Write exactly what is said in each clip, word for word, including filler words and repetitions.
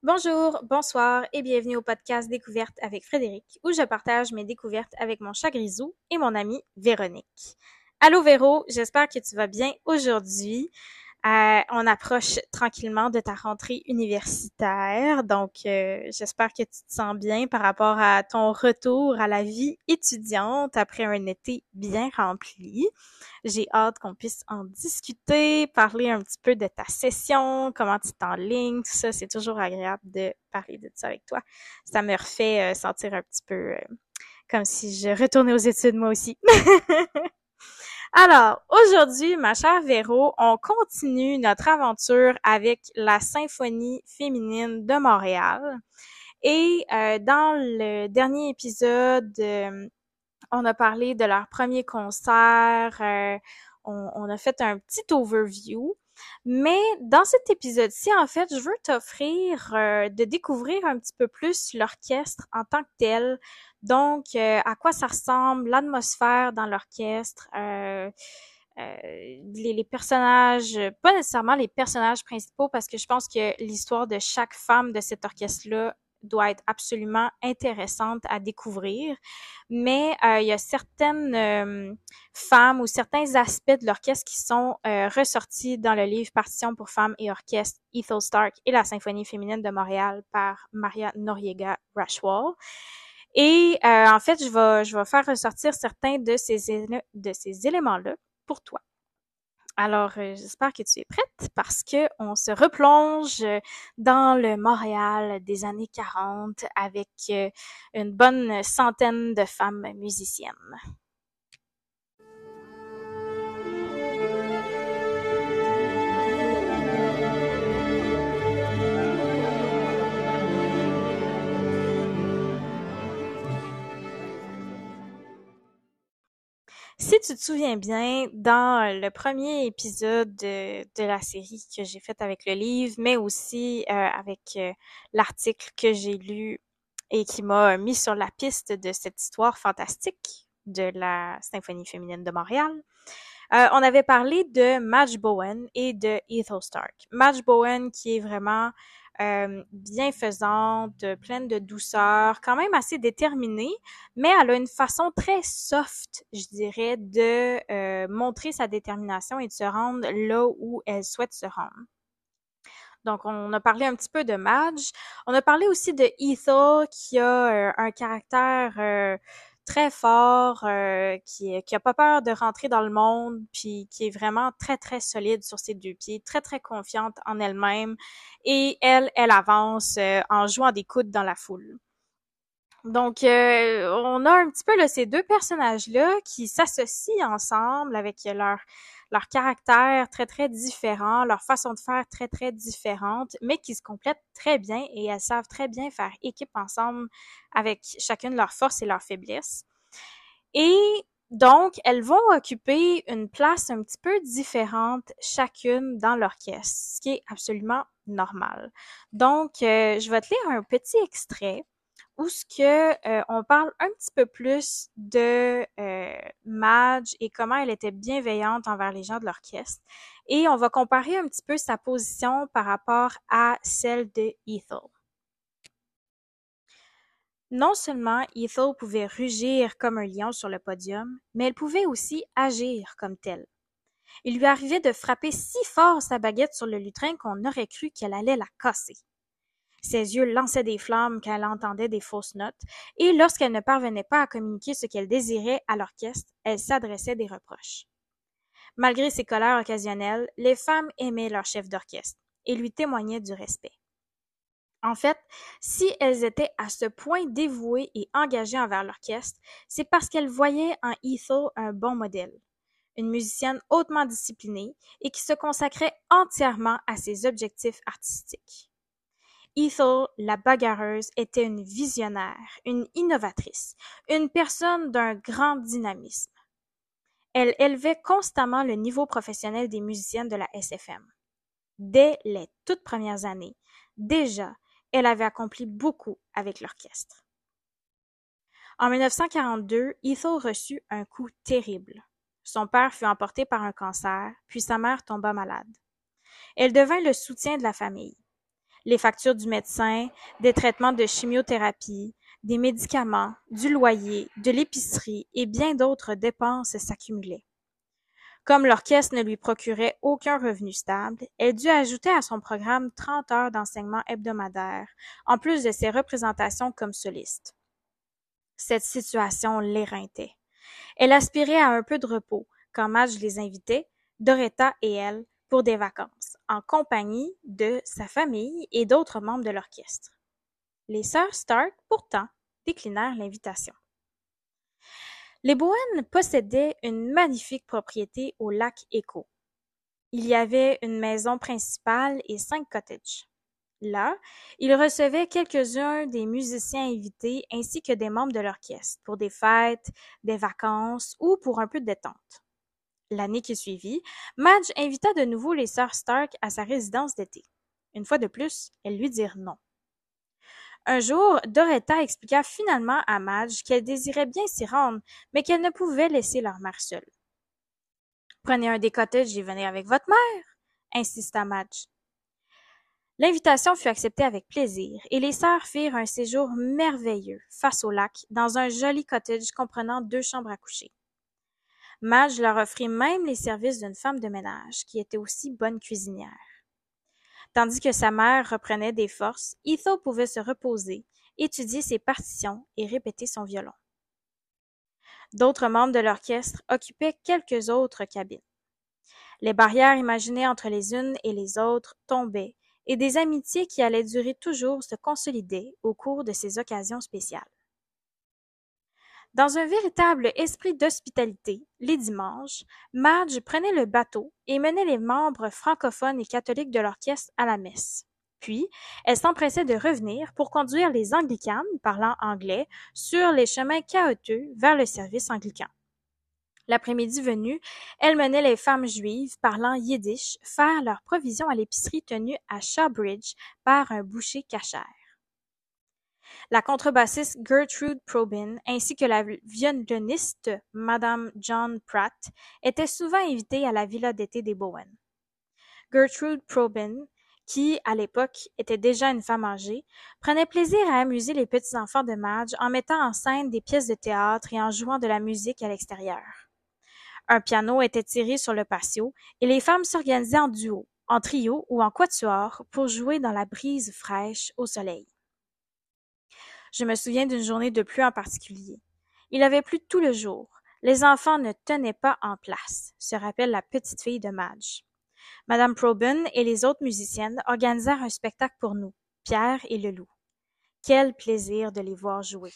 Bonjour, bonsoir et bienvenue au podcast Découverte avec Frédéric, où je partage mes découvertes avec mon chat Grisou et mon amie Véronique. Allô Véro, j'espère que tu vas bien aujourd'hui. Euh, on approche tranquillement de ta rentrée universitaire, donc euh, j'espère que tu te sens bien par rapport à ton retour à la vie étudiante après un été bien rempli. J'ai hâte qu'on puisse en discuter, parler un petit peu de ta session, comment tu t'enlignes, tout ça. C'est toujours agréable de parler de ça avec toi. Ça me refait euh, sentir un petit peu euh, comme si je retournais aux études moi aussi. Alors, aujourd'hui, ma chère Véro, on continue notre aventure avec la Symphonie féminine de Montréal. Et euh, dans le dernier épisode, euh, on a parlé de leur premier concert, euh, on, on a fait un petit overview. Mais dans cet épisode-ci, en fait, je veux t'offrir euh, de découvrir un petit peu plus l'orchestre en tant que tel. Donc, euh, à quoi ça ressemble, l'atmosphère dans l'orchestre, euh, euh, les, les personnages, pas nécessairement les personnages principaux, parce que je pense que l'histoire de chaque femme de cet orchestre-là doit être absolument intéressante à découvrir. Mais euh, il y a certaines euh, femmes ou certains aspects de l'orchestre qui sont euh, ressortis dans le livre Partition pour femmes et orchestre, Ethel Stark et la Symphonie féminine de Montréal par Maria Noriega Rashwal. Et euh, en fait, je vais, je vais faire ressortir certains de ces, élé- de ces éléments-là pour toi. Alors, euh, j'espère que tu es prête parce que on se replonge dans le Montréal des années quarante avec euh, une bonne centaine de femmes musiciennes. Si tu te souviens bien, dans le premier épisode de, de la série que j'ai faite avec le livre, mais aussi euh, avec euh, l'article que j'ai lu et qui m'a mis sur la piste de cette histoire fantastique de la Symphonie féminine de Montréal, euh, on avait parlé de Madge Bowen et de Ethel Stark. Madge Bowen qui est vraiment euh, bienfaisante, pleine de douceur, quand même assez déterminée, mais elle a une façon très soft, je dirais, de euh, montrer sa détermination et de se rendre là où elle souhaite se rendre. Donc, on a parlé un petit peu de Madge. On a parlé aussi de Ethel, qui a euh, un caractère euh, très fort, euh, qui, qui a pas peur de rentrer dans le monde, puis qui est vraiment très, très solide sur ses deux pieds, très, très confiante en elle-même. Et elle, elle avance euh, en jouant des coudes dans la foule. Donc, euh, on a un petit peu là, ces deux personnages-là qui s'associent ensemble avec leur leur caractère très, très différent, leur façon de faire très, très différente, mais qui se complètent très bien et elles savent très bien faire équipe ensemble avec chacune leurs forces et leurs faiblesses. Et donc, elles vont occuper une place un petit peu différente chacune dans l'orchestre, ce qui est absolument normal. Donc, euh, je vais te lire un petit extrait où ce que euh, on parle un petit peu plus de euh, Madge et comment elle était bienveillante envers les gens de l'orchestre. Et on va comparer un petit peu sa position par rapport à celle de Ethel. Non seulement Ethel pouvait rugir comme un lion sur le podium, mais elle pouvait aussi agir comme telle. Il lui arrivait de frapper si fort sa baguette sur le lutrin qu'on aurait cru qu'elle allait la casser. Ses yeux lançaient des flammes quand elle entendait des fausses notes, et lorsqu'elle ne parvenait pas à communiquer ce qu'elle désirait à l'orchestre, elle s'adressait des reproches. Malgré ses colères occasionnelles, les femmes aimaient leur chef d'orchestre et lui témoignaient du respect. En fait, si elles étaient à ce point dévouées et engagées envers l'orchestre, c'est parce qu'elles voyaient en Ethel un bon modèle, une musicienne hautement disciplinée et qui se consacrait entièrement à ses objectifs artistiques. Ethel, la bagarreuse, était une visionnaire, une innovatrice, une personne d'un grand dynamisme. Elle élevait constamment le niveau professionnel des musiciennes de la S F M. Dès les toutes premières années, déjà, elle avait accompli beaucoup avec l'orchestre. En mille neuf cent quarante-deux, Ethel reçut un coup terrible. Son père fut emporté par un cancer, puis sa mère tomba malade. Elle devint le soutien de la famille. Les factures du médecin, des traitements de chimiothérapie, des médicaments, du loyer, de l'épicerie et bien d'autres dépenses s'accumulaient. Comme l'orchestre ne lui procurait aucun revenu stable, elle dut ajouter à son programme trente heures d'enseignement hebdomadaire, en plus de ses représentations comme soliste. Cette situation l'éreintait. Elle aspirait à un peu de repos quand Madge les invitait, Doretta et elle, pour des vacances, en compagnie de sa famille et d'autres membres de l'orchestre. Les sœurs Stark, pourtant, déclinèrent l'invitation. Les Bowen possédaient une magnifique propriété au lac Echo. Il y avait une maison principale et cinq cottages. Là, ils recevaient quelques-uns des musiciens invités ainsi que des membres de l'orchestre pour des fêtes, des vacances ou pour un peu de détente. L'année qui suivit, Madge invita de nouveau les sœurs Stark à sa résidence d'été. Une fois de plus, elles lui dirent non. Un jour, Doretta expliqua finalement à Madge qu'elle désirait bien s'y rendre, mais qu'elle ne pouvait laisser leur mère seule. « Prenez un des cottages et venez avec votre mère », insista Madge. L'invitation fut acceptée avec plaisir, et les sœurs firent un séjour merveilleux face au lac, dans un joli cottage comprenant deux chambres à coucher. Madge leur offrit même les services d'une femme de ménage, qui était aussi bonne cuisinière. Tandis que sa mère reprenait des forces, Ethel pouvait se reposer, étudier ses partitions et répéter son violon. D'autres membres de l'orchestre occupaient quelques autres cabines. Les barrières imaginées entre les unes et les autres tombaient, et des amitiés qui allaient durer toujours se consolidaient au cours de ces occasions spéciales. Dans un véritable esprit d'hospitalité, les dimanches, Madge prenait le bateau et menait les membres francophones et catholiques de l'orchestre à la messe. Puis, elle s'empressait de revenir pour conduire les anglicanes, parlant anglais, sur les chemins chaotiques vers le service anglican. L'après-midi venu, elle menait les femmes juives parlant yiddish faire leurs provisions à l'épicerie tenue à Shawbridge par un boucher cachère. La contrebassiste Gertrude Probyn ainsi que la violoniste Madame John Pratt étaient souvent invitées à la villa d'été des Bowen. Gertrude Probyn, qui, à l'époque, était déjà une femme âgée, prenait plaisir à amuser les petits-enfants de Madge en mettant en scène des pièces de théâtre et en jouant de la musique à l'extérieur. Un piano était tiré sur le patio et les femmes s'organisaient en duo, en trio ou en quatuor pour jouer dans la brise fraîche au soleil. Je me souviens d'une journée de pluie en particulier. Il avait plu tout le jour. Les enfants ne tenaient pas en place, se rappelle la petite fille de Madge. Madame Probyn et les autres musiciennes organisèrent un spectacle pour nous, Pierre et le loup. Quel plaisir de les voir jouer.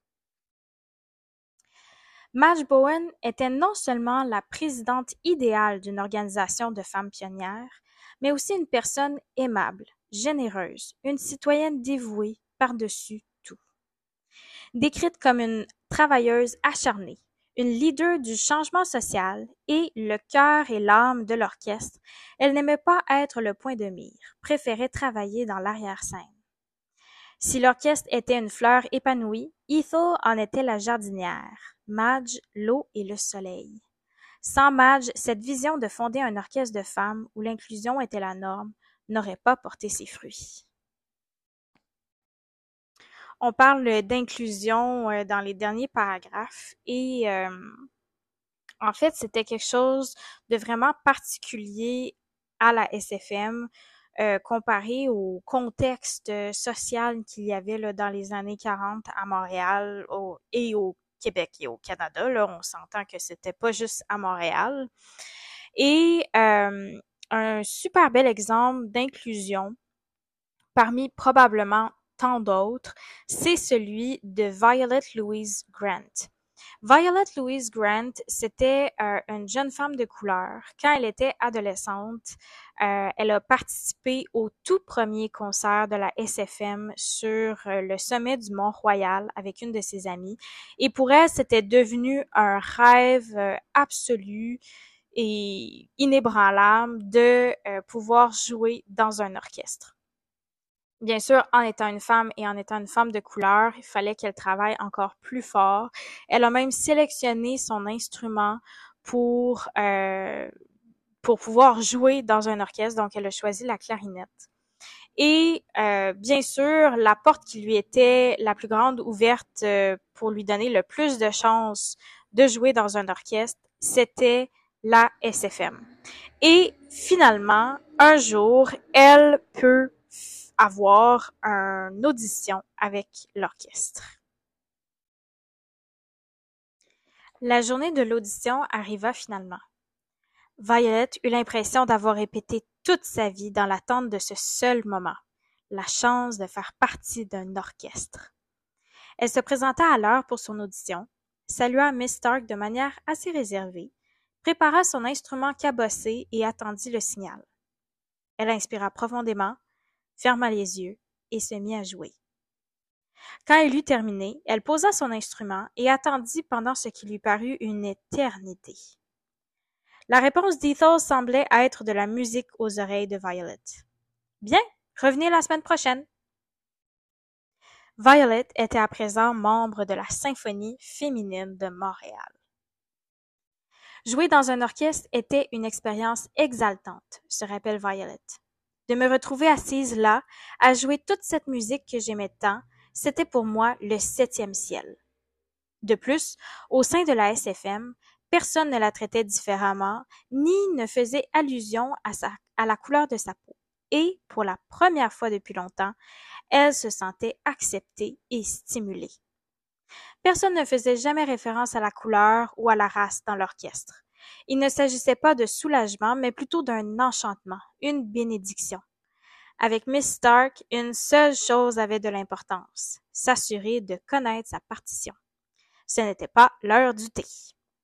Madge Bowen était non seulement la présidente idéale d'une organisation de femmes pionnières, mais aussi une personne aimable, généreuse, une citoyenne dévouée par-dessus tout. Décrite comme une travailleuse acharnée, une leader du changement social et le cœur et l'âme de l'orchestre, elle n'aimait pas être le point de mire, préférait travailler dans l'arrière-scène. Si l'orchestre était une fleur épanouie, Ethel en était la jardinière, Madge l'eau et le soleil. Sans Madge, cette vision de fonder un orchestre de femmes où l'inclusion était la norme n'aurait pas porté ses fruits. On parle d'inclusion euh, dans les derniers paragraphes et euh, en fait, c'était quelque chose de vraiment particulier à la S F M euh, comparé au contexte social qu'il y avait là, dans les années quarante à Montréal au, et au Québec et au Canada. Là, on s'entend que c'était pas juste à Montréal. Et euh, un super bel exemple d'inclusion parmi probablement tant d'autres, c'est celui de Violet Louise Grant. Violet Louise Grant, c'était euh, une jeune femme de couleur. Quand elle était adolescente, euh, elle a participé au tout premier concert de la S F M sur euh, le sommet du Mont-Royal avec une de ses amies. Et pour elle, c'était devenu un rêve euh, absolu et inébranlable de euh, pouvoir jouer dans un orchestre. Bien sûr, en étant une femme et en étant une femme de couleur, il fallait qu'elle travaille encore plus fort. Elle a même sélectionné son instrument pour euh, pour pouvoir jouer dans un orchestre, donc elle a choisi la clarinette. Et euh, bien sûr, la porte qui lui était la plus grande ouverte euh, pour lui donner le plus de chances de jouer dans un orchestre, c'était la S F M. Et finalement, un jour, elle peut avoir une audition avec l'orchestre. La journée de l'audition arriva finalement. Violet eut l'impression d'avoir répété toute sa vie dans l'attente de ce seul moment, la chance de faire partie d'un orchestre. Elle se présenta à l'heure pour son audition, salua Miss Stark de manière assez réservée, prépara son instrument cabossé et attendit le signal. Elle inspira profondément, ferma les yeux et se mit à jouer. Quand elle eut terminé, elle posa son instrument et attendit pendant ce qui lui parut une éternité. La réponse d'Ethel semblait être de la musique aux oreilles de Violet. « Bien, revenez la semaine prochaine. » Violet était à présent membre de la Symphonie féminine de Montréal. Jouer dans un orchestre était une expérience exaltante, se rappelle Violet. De me retrouver assise là, à jouer toute cette musique que j'aimais tant, c'était pour moi le septième ciel. De plus, au sein de la S F M, personne ne la traitait différemment, ni ne faisait allusion à, sa, à la couleur de sa peau. Et, pour la première fois depuis longtemps, elle se sentait acceptée et stimulée. Personne ne faisait jamais référence à la couleur ou à la race dans l'orchestre. Il ne s'agissait pas de soulagement, mais plutôt d'un enchantement, une bénédiction. Avec Miss Stark, une seule chose avait de l'importance, s'assurer de connaître sa partition. Ce n'était pas l'heure du thé.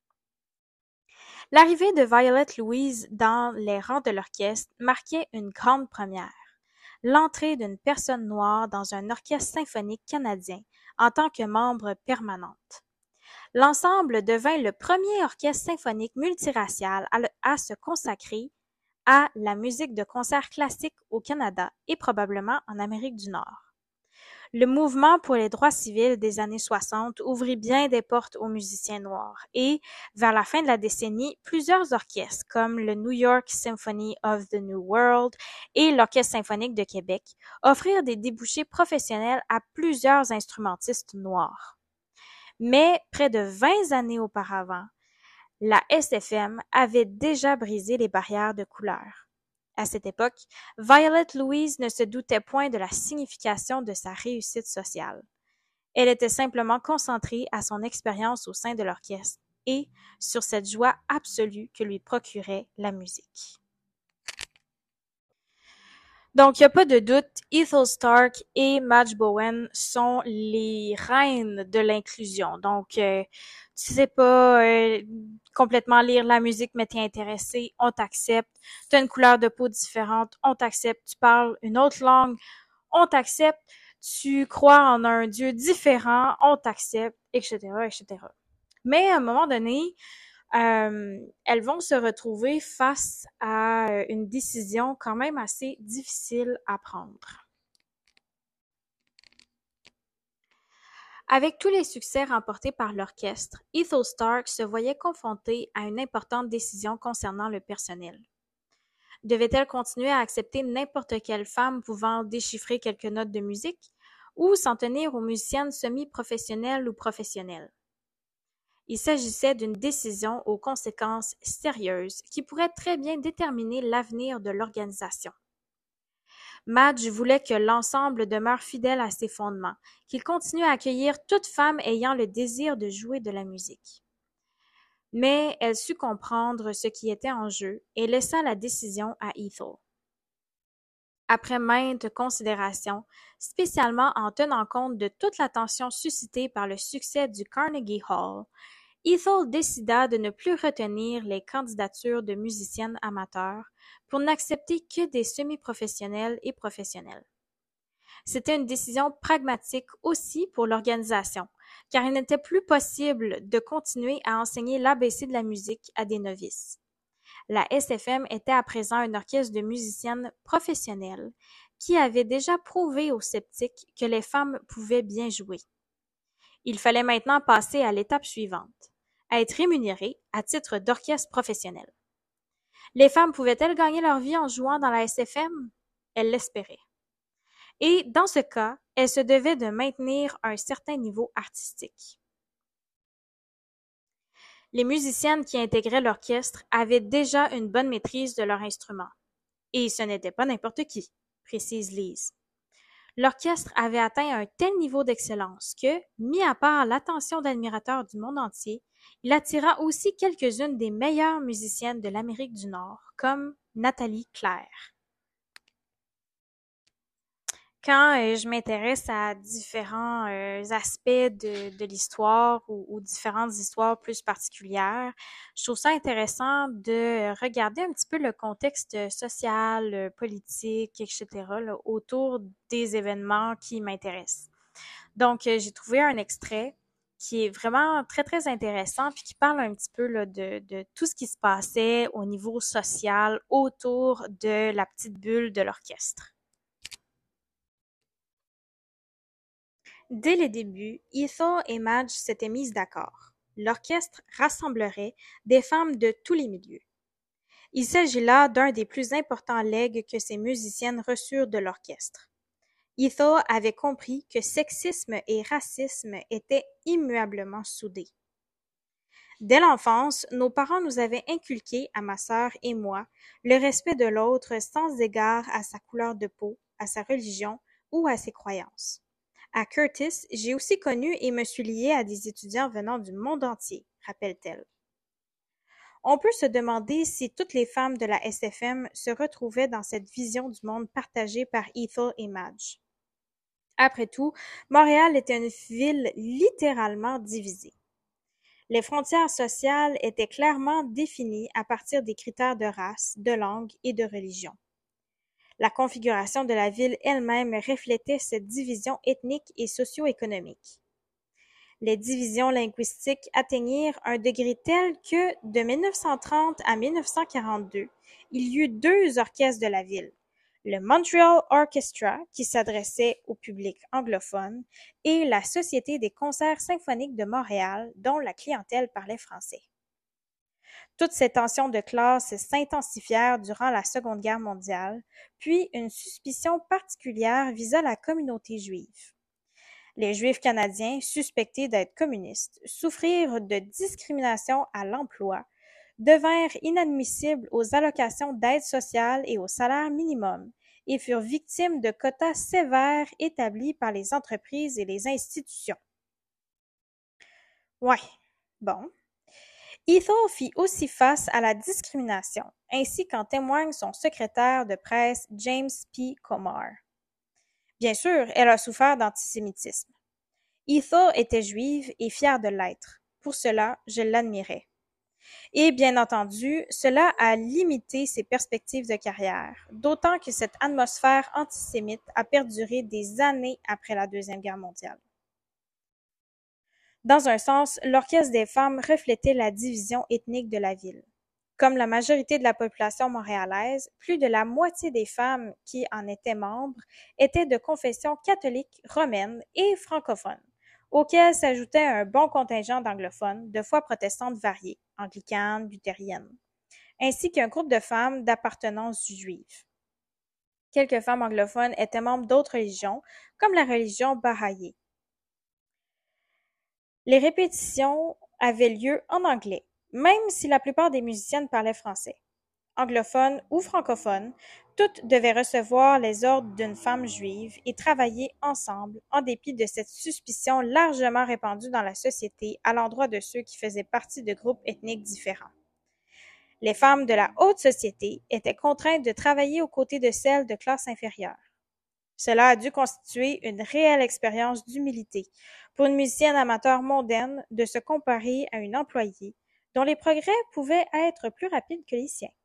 L'arrivée de Violet Louise dans les rangs de l'orchestre marquait une grande première, l'entrée d'une personne noire dans un orchestre symphonique canadien en tant que membre permanente. L'ensemble devint le premier orchestre symphonique multiracial à, le, à se consacrer à la musique de concert classique au Canada et probablement en Amérique du Nord. Le mouvement pour les droits civils des années soixante ouvrit bien des portes aux musiciens noirs et, vers la fin de la décennie, plusieurs orchestres comme le New York Symphony of the New World et l'Orchestre symphonique de Québec offrirent des débouchés professionnels à plusieurs instrumentistes noirs. Mais près de vingt années auparavant, la S F M avait déjà brisé les barrières de couleur. À cette époque, Violet Louise ne se doutait point de la signification de sa réussite sociale. Elle était simplement concentrée à son expérience au sein de l'orchestre et sur cette joie absolue que lui procurait la musique. Donc, il n'y a pas de doute, Ethel Stark et Madge Bowen sont les reines de l'inclusion. Donc, euh, tu sais pas euh, complètement lire la musique, mais t'es intéressé, on t'accepte. Tu as une couleur de peau différente, on t'accepte. Tu parles une autre langue, on t'accepte. Tu crois en un Dieu différent, on t'accepte, et cetera, et cetera. Mais à un moment donné, Euh, elles vont se retrouver face à une décision quand même assez difficile à prendre. Avec tous les succès remportés par l'orchestre, Ethel Stark se voyait confrontée à une importante décision concernant le personnel. Devait-elle continuer à accepter n'importe quelle femme pouvant déchiffrer quelques notes de musique ou s'en tenir aux musiciennes semi-professionnelles ou professionnelles? Il s'agissait d'une décision aux conséquences sérieuses qui pourrait très bien déterminer l'avenir de l'organisation. Madge voulait que l'ensemble demeure fidèle à ses fondements, qu'il continue à accueillir toute femme ayant le désir de jouer de la musique. Mais elle sut comprendre ce qui était en jeu et laissa la décision à Ethel. Après maintes considérations, spécialement en tenant compte de toute l'attention suscitée par le succès du Carnegie Hall, Ethel décida de ne plus retenir les candidatures de musiciennes amateurs pour n'accepter que des semi-professionnels et professionnels. C'était une décision pragmatique aussi pour l'organisation, car il n'était plus possible de continuer à enseigner l'A B C de la musique à des novices. La S F M était à présent un orchestre de musiciennes professionnelles qui avait déjà prouvé aux sceptiques que les femmes pouvaient bien jouer. Il fallait maintenant passer à l'étape suivante, à être rémunérées à titre d'orchestre professionnel. Les femmes pouvaient-elles gagner leur vie en jouant dans la S F M? Elles l'espéraient. Et dans ce cas, elle se devait de maintenir un certain niveau artistique. Les musiciennes qui intégraient l'orchestre avaient déjà une bonne maîtrise de leur instrument. Et ce n'était pas n'importe qui, précise Lise. L'orchestre avait atteint un tel niveau d'excellence que, mis à part l'attention d'admirateurs du monde entier, il attira aussi quelques-unes des meilleures musiciennes de l'Amérique du Nord, comme Nathalie Claire. Quand euh, je m'intéresse à différents euh, aspects de, de l'histoire ou, ou différentes histoires plus particulières, je trouve ça intéressant de regarder un petit peu le contexte social, euh, politique, et cetera là, autour des événements qui m'intéressent. Donc, euh, j'ai trouvé un extrait qui est vraiment très, très intéressant puis qui parle un petit peu là, de, de tout ce qui se passait au niveau social autour de la petite bulle de l'orchestre. Dès le début, Ethel et Madge s'étaient mises d'accord. L'orchestre rassemblerait des femmes de tous les milieux. Il s'agit là d'un des plus importants legs que ces musiciennes reçurent de l'orchestre. Ethel avait compris que sexisme et racisme étaient immuablement soudés. Dès l'enfance, nos parents nous avaient inculqué, à ma sœur et moi, le respect de l'autre sans égard à sa couleur de peau, à sa religion ou à ses croyances. À Curtis, j'ai aussi connu et me suis liée à des étudiants venant du monde entier, rappelle-t-elle. On peut se demander si toutes les femmes de la S F M se retrouvaient dans cette vision du monde partagée par Ethel et Madge. Après tout, Montréal était une ville littéralement divisée. Les frontières sociales étaient clairement définies à partir des critères de race, de langue et de religion. La configuration de la ville elle-même reflétait cette division ethnique et socio-économique. Les divisions linguistiques atteignirent un degré tel que, de mille neuf cent trente à mille neuf cent quarante-deux, il y eut deux orchestres de la ville, le Montreal Orchestra, qui s'adressait au public anglophone, et la Société des concerts symphoniques de Montréal, dont la clientèle parlait français. Toutes ces tensions de classe s'intensifièrent durant la Seconde Guerre mondiale, puis une suspicion particulière visa la communauté juive. Les Juifs canadiens, suspectés d'être communistes, souffrirent de discrimination à l'emploi, devinrent inadmissibles aux allocations d'aide sociale et au salaire minimum, et furent victimes de quotas sévères établis par les entreprises et les institutions. Ouais, bon. Ethel fit aussi face à la discrimination, ainsi qu'en témoigne son secrétaire de presse James P. Comer. Bien sûr, elle a souffert d'antisémitisme. Ethel était juive et fière de l'être. Pour cela, je l'admirais. Et bien entendu, cela a limité ses perspectives de carrière, d'autant que cette atmosphère antisémite a perduré des années après la Deuxième Guerre mondiale. Dans un sens, l'Orchestre des femmes reflétait la division ethnique de la ville. Comme la majorité de la population montréalaise, plus de la moitié des femmes qui en étaient membres étaient de confession catholique, romaine et francophone, auxquelles s'ajoutait un bon contingent d'anglophones, de foi protestantes variées, anglicanes, luthériennes, ainsi qu'un groupe de femmes d'appartenance juive. Quelques femmes anglophones étaient membres d'autres religions, comme la religion bahá'í. Les répétitions avaient lieu en anglais, même si la plupart des musiciennes parlaient français. Anglophones ou francophones, toutes devaient recevoir les ordres d'une femme juive et travailler ensemble, en dépit de cette suspicion largement répandue dans la société à l'endroit de ceux qui faisaient partie de groupes ethniques différents. Les femmes de la haute société étaient contraintes de travailler aux côtés de celles de classe inférieure. Cela a dû constituer une réelle expérience d'humilité pour une musicienne amateur mondaine de se comparer à une employée dont les progrès pouvaient être plus rapides que les siens.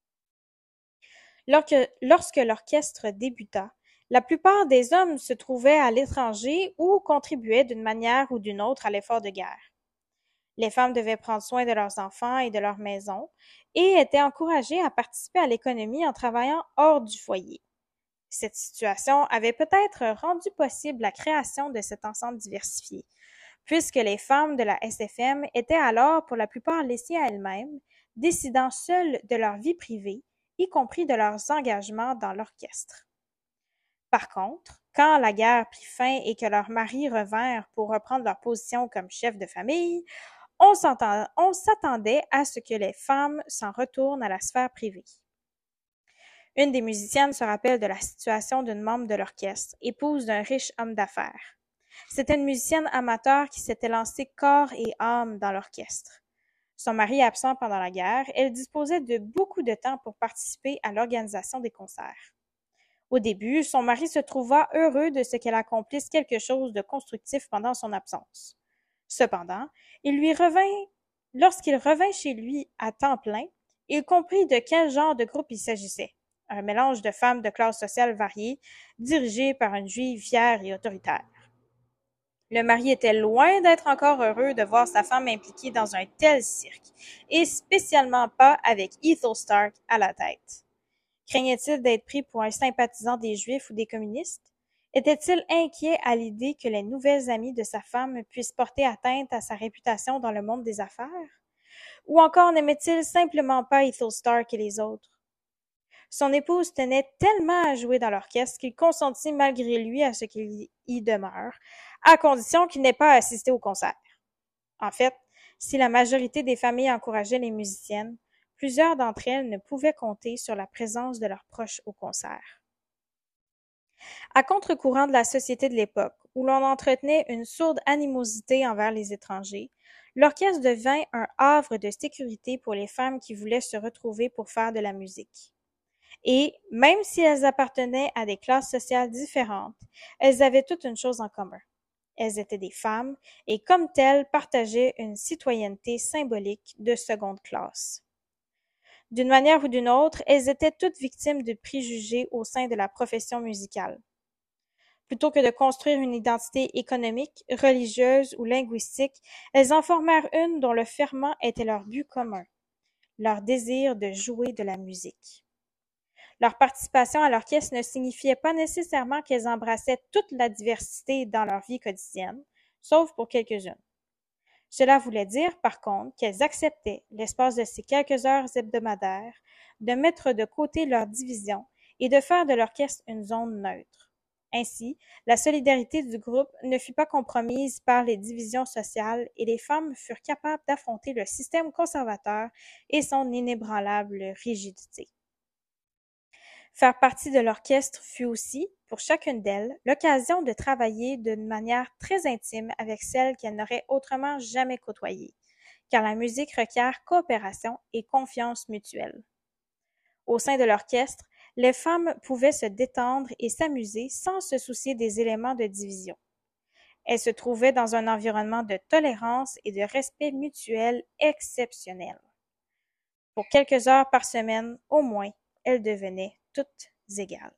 Lorsque l'orchestre débuta, la plupart des hommes se trouvaient à l'étranger ou contribuaient d'une manière ou d'une autre à l'effort de guerre. Les femmes devaient prendre soin de leurs enfants et de leur maison et étaient encouragées à participer à l'économie en travaillant hors du foyer. Cette situation avait peut-être rendu possible la création de cet ensemble diversifié, puisque les femmes de la S F M étaient alors pour la plupart laissées à elles-mêmes, décidant seules de leur vie privée, y compris de leurs engagements dans l'orchestre. Par contre, quand la guerre prit fin et que leurs maris revinrent pour reprendre leur position comme chefs de famille, on s'entend- on s'attendait à ce que les femmes s'en retournent à la sphère privée. Une des musiciennes se rappelle de la situation d'une membre de l'orchestre, épouse d'un riche homme d'affaires. C'était une musicienne amateur qui s'était lancée corps et âme dans l'orchestre. Son mari absent pendant la guerre, elle disposait de beaucoup de temps pour participer à l'organisation des concerts. Au début, son mari se trouva heureux de ce qu'elle accomplisse quelque chose de constructif pendant son absence. Cependant, il lui revint, lorsqu'il revint chez lui à temps plein, il comprit de quel genre de groupe il s'agissait. Un mélange de femmes de classes sociales variées, dirigées par une juive fière et autoritaire. Le mari était loin d'être encore heureux de voir sa femme impliquée dans un tel cirque, et spécialement pas avec Ethel Stark à la tête. Craignait-il d'être pris pour un sympathisant des Juifs ou des communistes? Était-il inquiet à l'idée que les nouvelles amies de sa femme puissent porter atteinte à sa réputation dans le monde des affaires? Ou encore n'aimait-il simplement pas Ethel Stark et les autres? Son épouse tenait tellement à jouer dans l'orchestre qu'il consentit malgré lui à ce qu'il y demeure, à condition qu'il n'ait pas assisté au concert. En fait, si la majorité des familles encourageaient les musiciennes, plusieurs d'entre elles ne pouvaient compter sur la présence de leurs proches au concert. À contre-courant de la société de l'époque, où l'on entretenait une sourde animosité envers les étrangers, l'orchestre devint un havre de sécurité pour les femmes qui voulaient se retrouver pour faire de la musique. Et, même si elles appartenaient à des classes sociales différentes, elles avaient toutes une chose en commun. Elles étaient des femmes et, comme telles, partageaient une citoyenneté symbolique de seconde classe. D'une manière ou d'une autre, elles étaient toutes victimes de préjugés au sein de la profession musicale. Plutôt que de construire une identité économique, religieuse ou linguistique, elles en formèrent une dont le ferment était leur but commun, leur désir de jouer de la musique. Leur participation à l'orchestre ne signifiait pas nécessairement qu'elles embrassaient toute la diversité dans leur vie quotidienne, sauf pour quelques-unes. Cela voulait dire, par contre, qu'elles acceptaient, l'espace de ces quelques heures hebdomadaires, de mettre de côté leur division et de faire de l'orchestre une zone neutre. Ainsi, la solidarité du groupe ne fut pas compromise par les divisions sociales et les femmes furent capables d'affronter le système conservateur et son inébranlable rigidité. Faire partie de l'orchestre fut aussi, pour chacune d'elles, l'occasion de travailler d'une manière très intime avec celles qu'elles n'auraient autrement jamais côtoyées, car la musique requiert coopération et confiance mutuelle. Au sein de l'orchestre, les femmes pouvaient se détendre et s'amuser sans se soucier des éléments de division. Elles se trouvaient dans un environnement de tolérance et de respect mutuel exceptionnel. Pour quelques heures par semaine, au moins, elles devenaient toutes égales.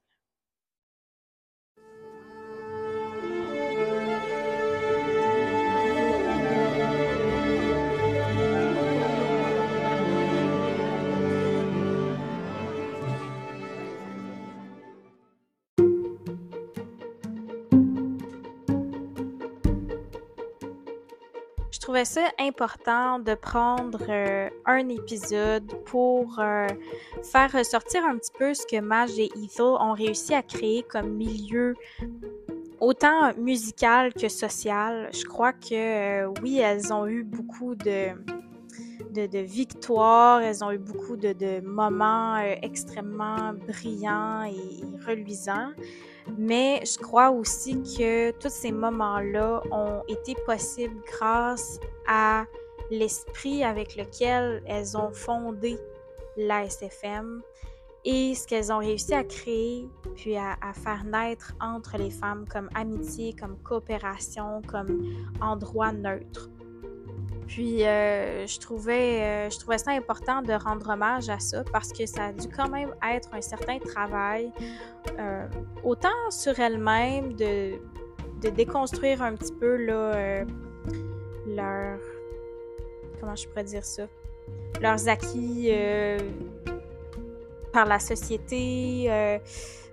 Je trouvais ça important de prendre euh, un épisode pour euh, faire ressortir un petit peu ce que Madge et Ethel ont réussi à créer comme milieu autant musical que social. Je crois que euh, oui, elles ont eu beaucoup de, de, de victoires, elles ont eu beaucoup de, de moments euh, extrêmement brillants et, et reluisants. Mais je crois aussi que tous ces moments-là ont été possibles grâce à l'esprit avec lequel elles ont fondé l'A S F M et ce qu'elles ont réussi à créer puis à, à faire naître entre les femmes comme amitié, comme coopération, comme endroit neutre. Puis euh, je trouvais euh, je trouvais ça important de rendre hommage à ça parce que ça a dû quand même être un certain travail euh, autant sur elles-mêmes de, de déconstruire un petit peu là, euh, leur comment je pourrais dire ça leurs acquis euh, par la société, euh,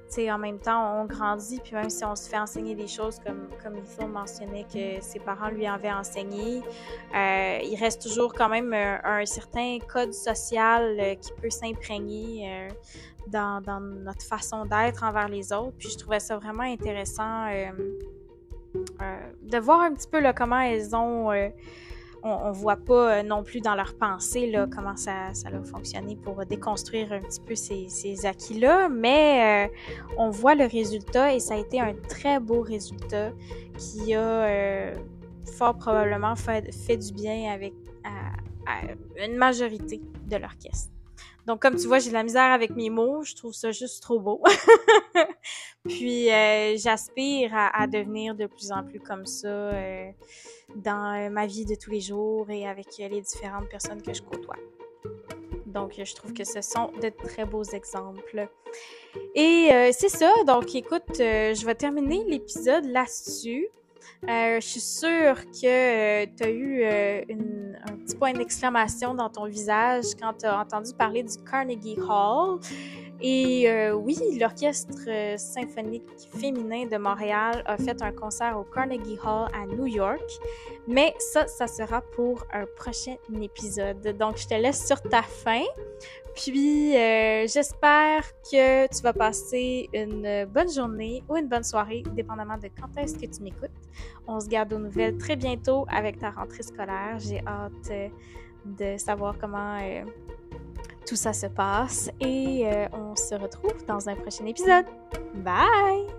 sais, en même temps, on grandit, puis même si on se fait enseigner des choses comme, comme Ethel mentionnait que ses parents lui avaient enseigné, euh, il reste toujours quand même un, un certain code social euh, qui peut s'imprégner euh, dans, dans notre façon d'être envers les autres. Puis je trouvais ça vraiment intéressant euh, euh, de voir un petit peu là, comment elles ont... Euh, on, on voit pas euh, non plus dans leurs pensées là, comment ça, ça a fonctionné pour déconstruire un petit peu ces, ces acquis-là, mais euh, on voit le résultat et ça a été un très beau résultat qui a euh, fort probablement fait, fait du bien avec à, à une majorité de l'orchestre. Donc, comme tu vois, j'ai de la misère avec mes mots. Je trouve ça juste trop beau. Puis, euh, j'aspire à, à devenir de plus en plus comme ça euh, dans ma vie de tous les jours et avec les différentes personnes que je côtoie. Donc, je trouve que ce sont de très beaux exemples. Et euh, c'est ça. Donc, écoute, euh, je vais terminer l'épisode là-dessus. Euh, je suis sûre que euh, tu as eu euh, une, un petit point d'exclamation dans ton visage quand tu as entendu parler du Carnegie Hall. Et euh, oui, l'Orchestre euh, symphonique féminin de Montréal a fait un concert au Carnegie Hall à New York. Mais ça, ça sera pour un prochain épisode. Donc, je te laisse sur ta faim. Puis, euh, j'espère que tu vas passer une bonne journée ou une bonne soirée, dépendamment de quand est-ce que tu m'écoutes. On se garde aux nouvelles très bientôt avec ta rentrée scolaire. J'ai hâte euh, de savoir comment euh, tout ça se passe et euh, on se retrouve dans un prochain épisode. Bye!